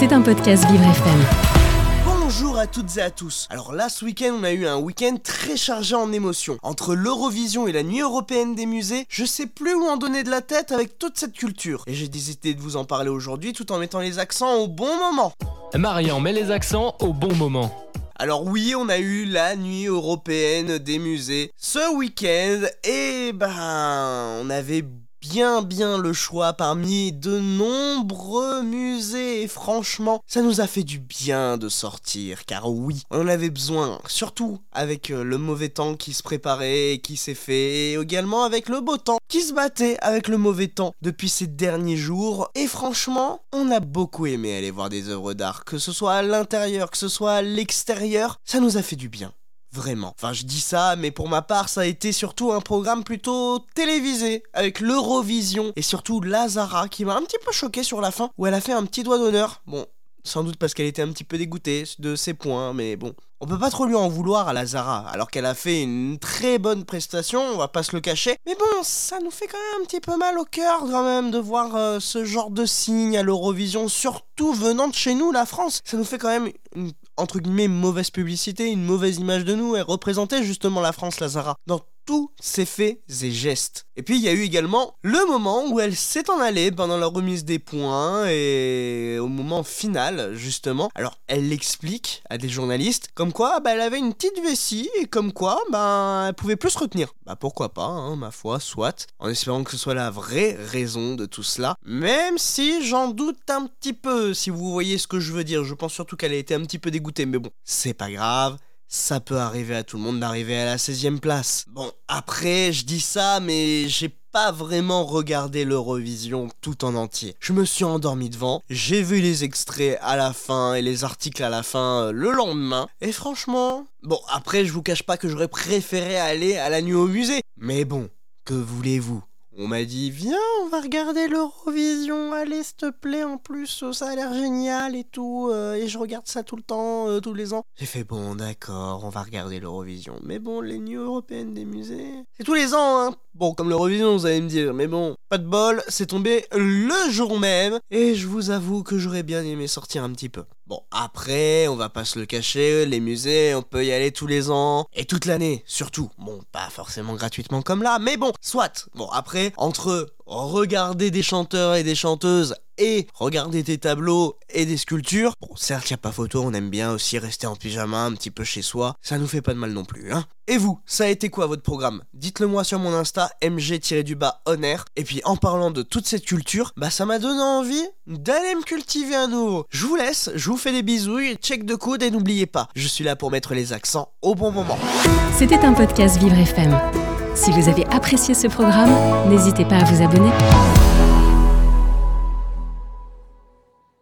C'est un podcast Vivre FM. Bonjour à toutes et à tous. Alors là, ce week-end, on a eu un week-end très chargé en émotions. Entre l'Eurovision et la Nuit Européenne des Musées, je sais plus où en donner de la tête avec toute cette culture. Et j'ai décidé de vous en parler aujourd'hui tout en mettant les accents au bon moment. Marian met les accents au bon moment. Alors oui, on a eu la Nuit Européenne des Musées ce week-end et on avait bien le choix parmi de nombreux musées et franchement, ça nous a fait du bien de sortir car oui, on en avait besoin, surtout avec le mauvais temps qui se préparait et qui s'est fait et également avec le beau temps qui se battait avec le mauvais temps depuis ces derniers jours et franchement, on a beaucoup aimé aller voir des œuvres d'art, que ce soit à l'intérieur, que ce soit à l'extérieur, ça nous a fait du bien. Vraiment. Enfin, je dis ça, mais pour ma part, ça a été surtout un programme plutôt télévisé, avec l'Eurovision, et surtout Lazara, qui m'a un petit peu choqué sur la fin, où elle a fait un petit doigt d'honneur. Bon, sans doute parce qu'elle était un petit peu dégoûtée de ses points, mais bon. On peut pas trop lui en vouloir à Lazara, alors qu'elle a fait une très bonne prestation, on va pas se le cacher. Mais bon, ça nous fait quand même un petit peu mal au cœur quand même de voir ce genre de signe à l'Eurovision, surtout venant de chez nous, la France. Ça nous fait quand même une, entre guillemets, mauvaise publicité, une mauvaise image de nous. Elle représentait justement la France, Lazara, dans tous ses faits et gestes. Et puis il y a eu également le moment où elle s'est en allée pendant la remise des points et au moment final justement. Alors elle l'explique à des journalistes comme quoi elle avait une petite vessie et comme quoi elle pouvait plus se retenir. Pourquoi pas, hein, ma foi, soit. En espérant que ce soit la vraie raison de tout cela. Même si j'en doute un petit peu, si vous voyez ce que je veux dire. Je pense surtout qu'elle a été un petit peu dégoûtée, mais bon, c'est pas grave. Ça peut arriver à tout le monde d'arriver à la 16e place. Bon, après, je dis ça, mais j'ai pas vraiment regardé l'Eurovision tout en entier. Je me suis endormi devant, j'ai vu les extraits à la fin et les articles à la fin le lendemain. Et franchement, bon, après, je vous cache pas que j'aurais préféré aller à la nuit au musée. Mais bon, que voulez-vous ? On m'a dit, viens, on va regarder l'Eurovision, allez, s'il te plaît, en plus, ça a l'air génial et tout, et je regarde ça tout le temps, tous les ans. J'ai fait, bon, d'accord, on va regarder l'Eurovision. Mais bon, les nuits européennes des musées, c'est tous les ans, hein. Bon, comme l'Eurovision, vous allez me dire, mais bon, pas de bol, c'est tombé le jour même, et je vous avoue que j'aurais bien aimé sortir un petit peu. Bon, après, on va pas se le cacher, les musées, on peut y aller tous les ans, et toute l'année, surtout. Bon, pas forcément gratuitement comme là, mais bon, soit. Bon, après, entre regarder des chanteurs et des chanteuses et regarder des tableaux et des sculptures, bon, certes, y a pas photo, on aime bien aussi rester en pyjama un petit peu chez soi, ça nous fait pas de mal non plus, hein. Et vous, ça a été quoi votre programme ? Dites-le moi sur mon Insta, mg-onair. Et puis en parlant de toute cette culture, ça m'a donné envie d'aller me cultiver à nouveau. Je vous laisse, je vous fais des bisouilles, check de coude et n'oubliez pas, je suis là pour mettre les accents au bon moment. C'était un podcast Vivre FM. Si vous avez apprécié ce programme, n'hésitez pas à vous abonner.